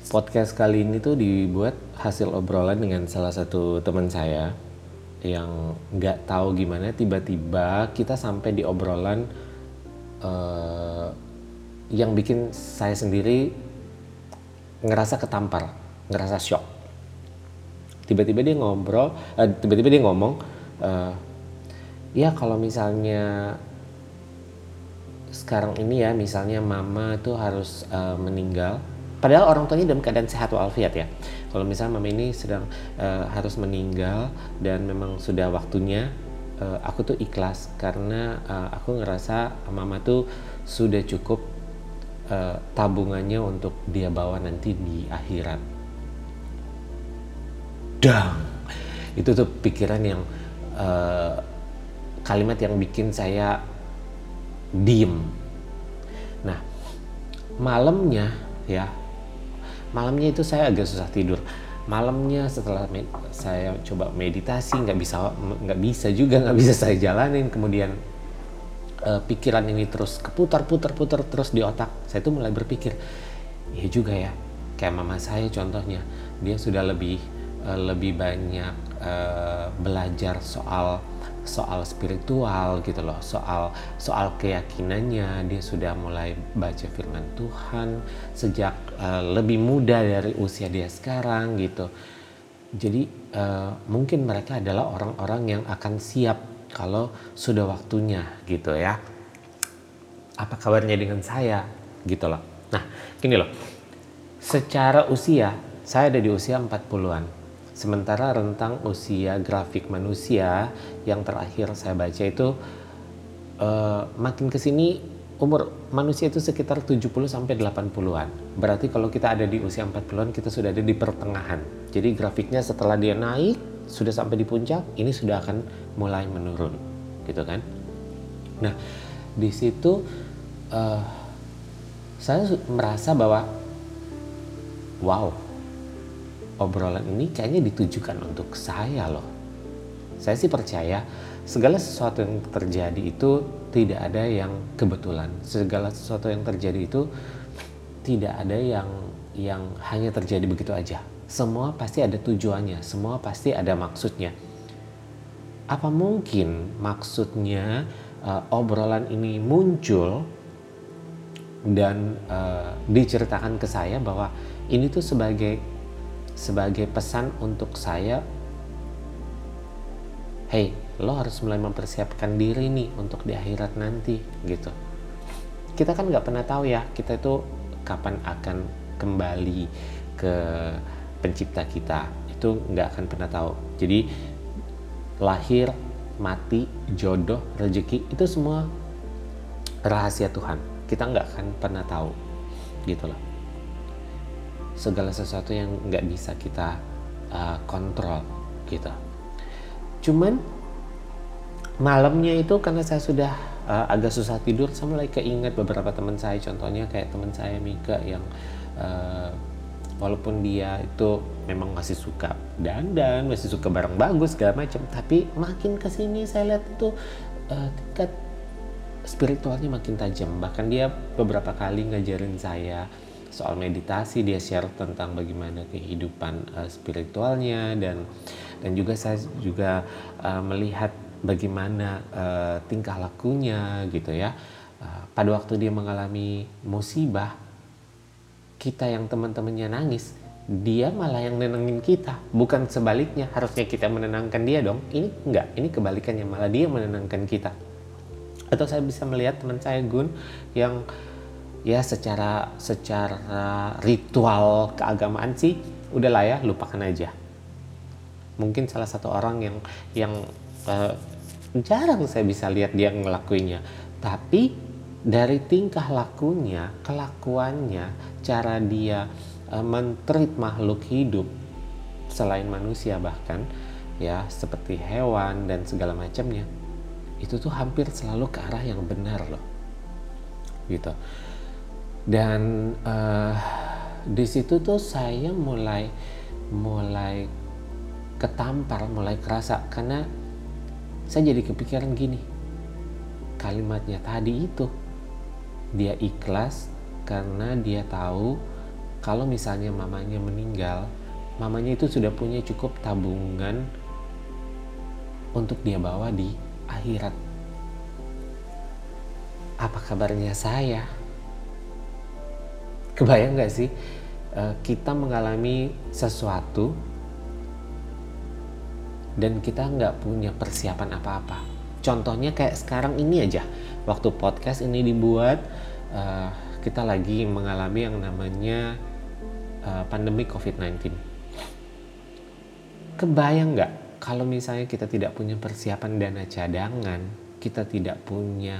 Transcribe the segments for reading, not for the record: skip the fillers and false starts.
Podcast kali ini tuh dibuat hasil obrolan dengan salah satu teman saya yang nggak tahu gimana tiba-tiba kita sampai di obrolan eh, yang bikin saya sendiri ngerasa ketampar, ngerasa shock. Tiba-tiba dia ngomong, eh, ya kalau misalnya sekarang ini ya, misalnya mama tuh harus meninggal, padahal orang tuanya dalam keadaan sehat walafiat ya. Kalau misalnya mama ini sedang harus meninggal dan memang sudah waktunya, aku tuh ikhlas karena aku ngerasa mama tuh sudah cukup tabungannya untuk dia bawa nanti di akhirat. Dang, itu tuh pikiran yang eh, kalimat yang bikin saya diem. Nah, malamnya ya, malamnya itu saya agak susah tidur. Malamnya setelah saya coba meditasi, nggak bisa juga, nggak bisa saya jalanin. Kemudian pikiran ini terus keputar-putar terus di otak. Saya tuh mulai berpikir, iya juga ya, kayak mama saya contohnya, dia sudah lebih banyak belajar soal spiritual gitu loh, soal keyakinannya. Dia sudah mulai baca firman Tuhan sejak lebih muda dari usia dia sekarang gitu. Jadi mungkin mereka adalah orang-orang yang akan siap kalau sudah waktunya gitu ya. Apa kabarnya dengan saya gitu loh. Nah, gini loh. Secara usia, saya ada di usia 40-an. Sementara rentang usia grafik manusia yang terakhir saya baca itu makin kesini umur manusia itu sekitar 70 sampai 80-an. Berarti kalau kita ada di usia 40-an, kita sudah ada di pertengahan. Jadi grafiknya setelah dia naik, sudah sampai di puncak, ini sudah akan mulai menurun. Gitu kan? Nah, di situ saya merasa bahwa wow, obrolan ini kayaknya ditujukan untuk saya loh. Saya sih percaya segala sesuatu yang terjadi itu tidak ada yang kebetulan. Segala sesuatu yang terjadi itu tidak ada yang hanya terjadi begitu aja. Semua pasti ada tujuannya, semua pasti ada maksudnya. Apa mungkin maksudnya obrolan ini muncul dan diceritakan ke saya bahwa ini tuh sebagai pesan untuk saya, hey, lo harus mulai mempersiapkan diri nih untuk di akhirat nanti gitu. Kita kan nggak pernah tahu ya, kita itu kapan akan kembali ke pencipta kita, itu nggak akan pernah tahu. Jadi lahir, mati, jodoh, rezeki itu semua rahasia Tuhan. Kita nggak akan pernah tahu gitu loh. Segala sesuatu yang nggak bisa kita kontrol gitu. Cuman malamnya itu karena saya sudah agak susah tidur, saya mulai keinget beberapa teman saya. Contohnya kayak teman saya Mika yang walaupun dia itu memang masih suka dandan, masih suka barang bagus segala macam, tapi makin kesini saya lihat itu tingkat spiritualnya makin tajam. Bahkan dia beberapa kali ngajarin saya soal meditasi, dia share tentang bagaimana kehidupan spiritualnya, dan juga saya juga melihat bagaimana tingkah lakunya gitu ya. Pada waktu dia mengalami musibah, kita yang teman-temannya nangis, dia malah yang nenangin kita, bukan sebaliknya. Harusnya kita menenangkan dia dong. Ini enggak, ini kebalikannya, malah dia menenangkan kita. Atau saya bisa melihat teman saya Gun yang ya secara ritual keagamaan sih udahlah ya, lupakan aja. Mungkin salah satu orang yang jarang saya bisa lihat dia ngelakuinnya, tapi dari tingkah lakunya, kelakuannya, cara dia men-treat makhluk hidup selain manusia bahkan ya, seperti hewan dan segala macamnya, itu tuh hampir selalu ke arah yang benar loh gitu. Dan di situ tuh saya mulai ketampar, mulai kerasa, karena saya jadi kepikiran gini, kalimatnya tadi itu, dia ikhlas karena dia tahu kalau misalnya mamanya meninggal, mamanya itu sudah punya cukup tabungan untuk dia bawa di akhirat. Apa kabarnya saya? Kebayang gak sih kita mengalami sesuatu dan kita nggak punya persiapan apa-apa. Contohnya kayak sekarang ini aja, waktu podcast ini dibuat, kita lagi mengalami yang namanya pandemi COVID-19. Kebayang nggak kalau misalnya kita tidak punya persiapan dana cadangan, kita tidak punya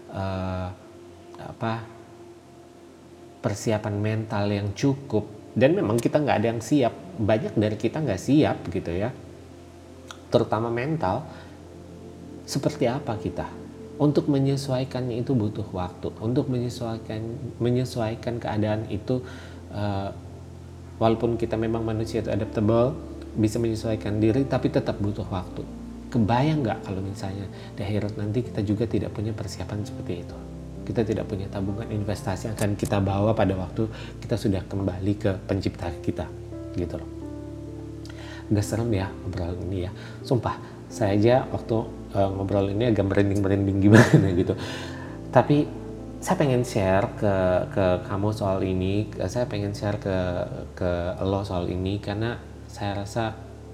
persiapan mental yang cukup, dan memang kita nggak ada yang siap, banyak dari kita nggak siap gitu ya, terutama mental. Seperti apa kita untuk menyesuaikannya? Itu butuh waktu. Untuk menyesuaikan keadaan itu, walaupun kita memang manusia itu adaptable, bisa menyesuaikan diri, tapi tetap butuh waktu. Kebayang nggak kalau misalnya di akhirat nanti kita juga tidak punya persiapan seperti itu? Kita tidak punya tabungan investasi yang akan kita bawa pada waktu kita sudah kembali ke pencipta kita, gitu loh. Gak serem ya obrolan ini ya, sumpah. Saya aja waktu ngobrol ini agak merinding gimana gitu. Tapi saya pengen share ke kamu soal ini, saya pengen share ke lo soal ini, karena saya rasa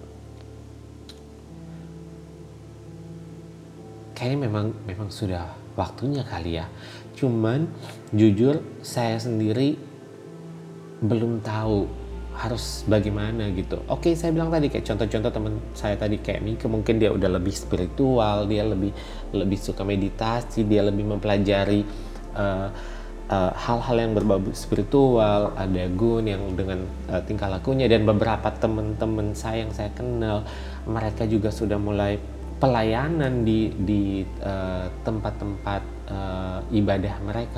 kayaknya memang sudah waktunya kali ya. Cuman jujur saya sendiri belum tahu harus bagaimana gitu. Oke, saya bilang tadi kayak contoh-contoh teman saya tadi kayak Mika, mungkin dia udah lebih spiritual, dia lebih suka meditasi, dia lebih mempelajari hal-hal yang berbau spiritual. Ada Gun yang dengan tingkah lakunya, dan beberapa teman-teman saya yang saya kenal, mereka juga sudah mulai pelayanan di tempat-tempat ibadah mereka.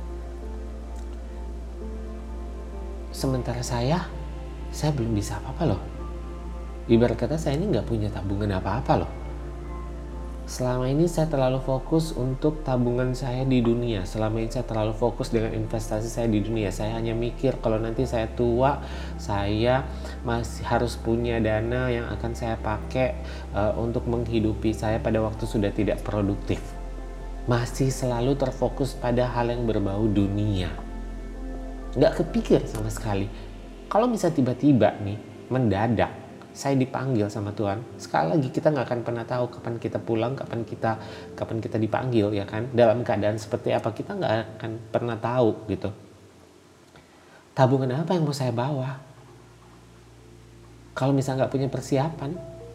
Sementara saya belum bisa apa-apa loh. Ibarat kata saya ini nggak punya tabungan apa-apa loh. Selama ini saya terlalu fokus untuk tabungan saya di dunia. Selama ini saya terlalu fokus dengan investasi saya di dunia. Saya hanya mikir kalau nanti saya tua, saya masih harus punya dana yang akan saya pakai untuk menghidupi saya pada waktu sudah tidak produktif. Masih selalu terfokus pada hal yang berbau dunia. Nggak kepikir sama sekali kalau bisa tiba-tiba nih mendadak saya dipanggil sama Tuhan. Sekali lagi, kita nggak akan pernah tahu kapan kita pulang, kapan kita dipanggil, ya kan? Dalam keadaan seperti apa kita nggak akan pernah tahu gitu. Tabungan apa yang mau saya bawa kalau misalnya nggak punya persiapan?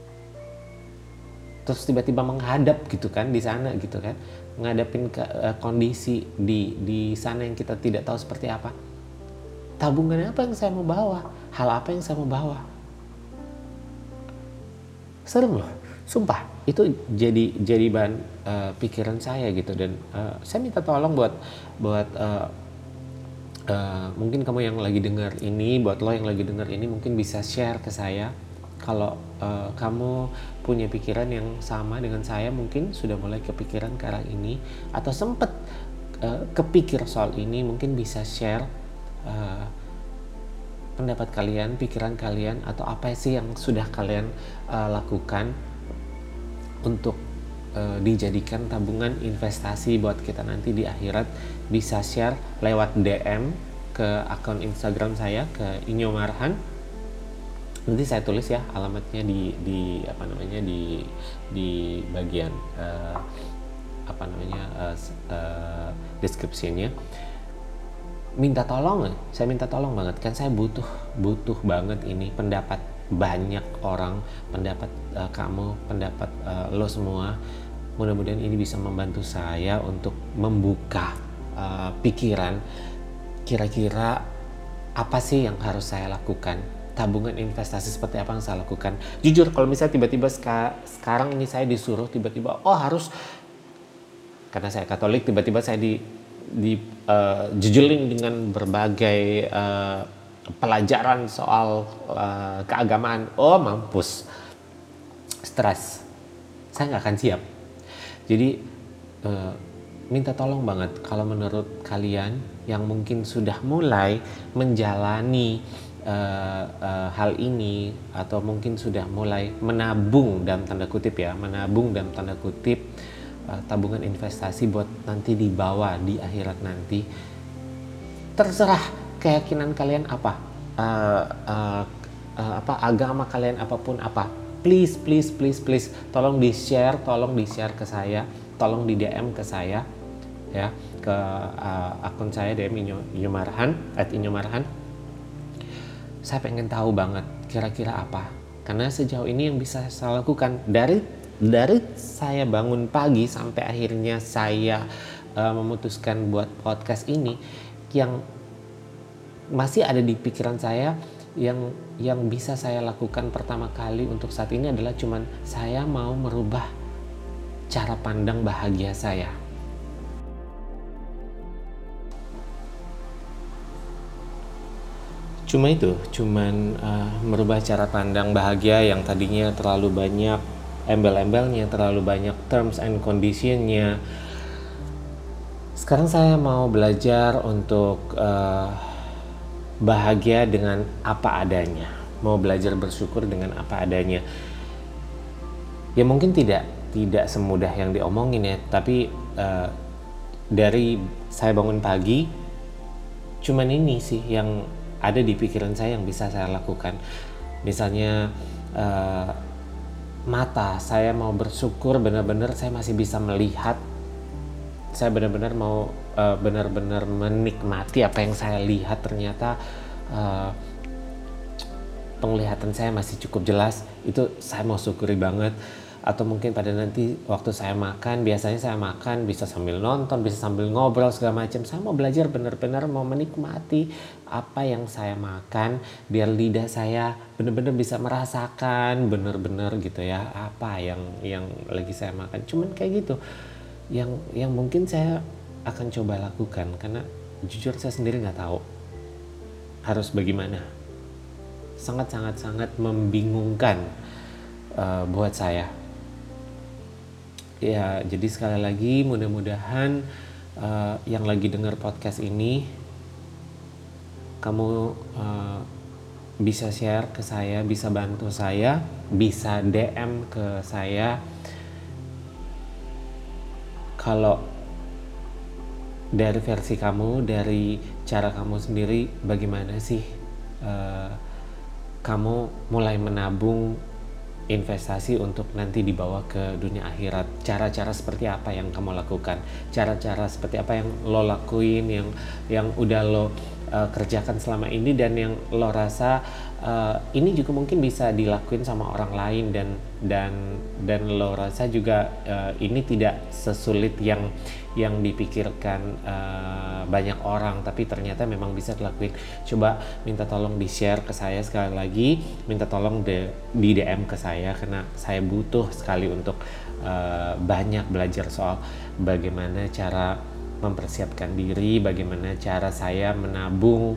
Terus tiba-tiba menghadap gitu kan di sana gitu kan, ngadapin kondisi di sana yang kita tidak tahu seperti apa. Tabungan apa yang saya mau bawa? Hal apa yang saya mau bawa? Serem loh, sumpah. Itu jadi bahan pikiran saya gitu. Dan saya minta tolong buat mungkin kamu yang lagi dengar ini, buat lo yang lagi dengar ini, mungkin bisa share ke saya. Kalau kamu punya pikiran yang sama dengan saya, mungkin sudah mulai kepikiran ke arah ini, atau sempet kepikir soal ini, mungkin bisa share pendapat kalian, pikiran kalian, atau apa sih yang sudah kalian lakukan untuk dijadikan tabungan investasi buat kita nanti di akhirat. Bisa share lewat DM ke akun Instagram saya, ke Inyo Marhan. Nanti saya tulis ya alamatnya di bagian deskripsinya. Saya minta tolong banget, kan saya butuh banget ini pendapat banyak orang, pendapat kamu, pendapat lo semua. Mudah-mudahan ini bisa membantu saya untuk membuka pikiran, kira-kira apa sih yang harus saya lakukan, tabungan investasi seperti apa yang saya lakukan. Jujur kalau misalnya tiba-tiba sekarang ini saya disuruh tiba-tiba harus, karena saya Katolik, tiba-tiba saya dijejeling dengan berbagai pelajaran soal keagamaan, mampus, stres, saya nggak akan siap. Jadi minta tolong banget kalau menurut kalian yang mungkin sudah mulai menjalani hal ini, atau mungkin sudah mulai menabung dalam tanda kutip ya, menabung dalam tanda kutip, tabungan investasi buat nanti dibawa di akhirat nanti. Terserah keyakinan kalian apa, agama kalian apapun apa, please tolong di share ke saya, tolong di DM ke saya ya, ke akun saya DM Inyomarhan @Inyomarhan. Saya pengen tahu banget kira-kira apa, karena sejauh ini yang bisa saya lakukan dari saya bangun pagi sampai akhirnya saya memutuskan buat podcast ini, yang masih ada di pikiran saya, yang bisa saya lakukan pertama kali untuk saat ini adalah cuman saya mau merubah cara pandang bahagia saya. Cuman merubah cara pandang bahagia yang tadinya terlalu banyak embel-embelnya, terlalu banyak terms and conditionnya. Sekarang saya mau belajar untuk bahagia dengan apa adanya, mau belajar bersyukur dengan apa adanya. Ya mungkin tidak semudah yang diomongin ya, tapi dari saya bangun pagi, cuman ini sih yang ada di pikiran saya yang bisa saya lakukan. Misalnya mata saya mau bersyukur, benar-benar saya masih bisa melihat. Saya benar-benar mau benar-benar menikmati apa yang saya lihat. Ternyata penglihatan saya masih cukup jelas, itu saya mau syukuri banget. Atau mungkin pada nanti waktu saya makan, biasanya saya makan bisa sambil nonton, bisa sambil ngobrol segala macam. Saya mau belajar benar-benar mau menikmati apa yang saya makan, biar lidah saya benar-benar bisa merasakan benar-benar gitu ya apa yang lagi saya makan. Cuman kayak gitu yang mungkin saya akan coba lakukan, karena jujur saya sendiri nggak tahu harus bagaimana. Sangat membingungkan buat saya. Ya, jadi sekali lagi mudah-mudahan yang lagi dengar podcast ini, kamu bisa share ke saya, bisa bantu saya, bisa DM ke saya. Kalau dari versi kamu, dari cara kamu sendiri, bagaimana sih kamu mulai menabung investasi untuk nanti dibawa ke dunia akhirat? Cara-cara seperti apa yang kamu lakukan? Cara-cara seperti apa yang lo lakuin, yang udah lo kerjakan selama ini, dan yang lo rasa ini juga mungkin bisa dilakuin sama orang lain, dan lo rasa juga ini tidak sesulit yang dipikirkan banyak orang, tapi ternyata memang bisa dilakuin. Coba minta tolong di share ke saya sekali lagi, minta tolong di DM ke saya, karena saya butuh sekali untuk banyak belajar soal bagaimana cara mempersiapkan diri, bagaimana cara saya menabung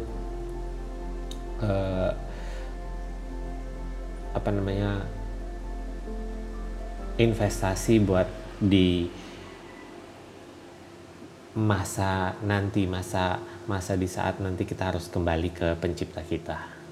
investasi buat di masa nanti, masa di saat nanti kita harus kembali ke pencipta kita.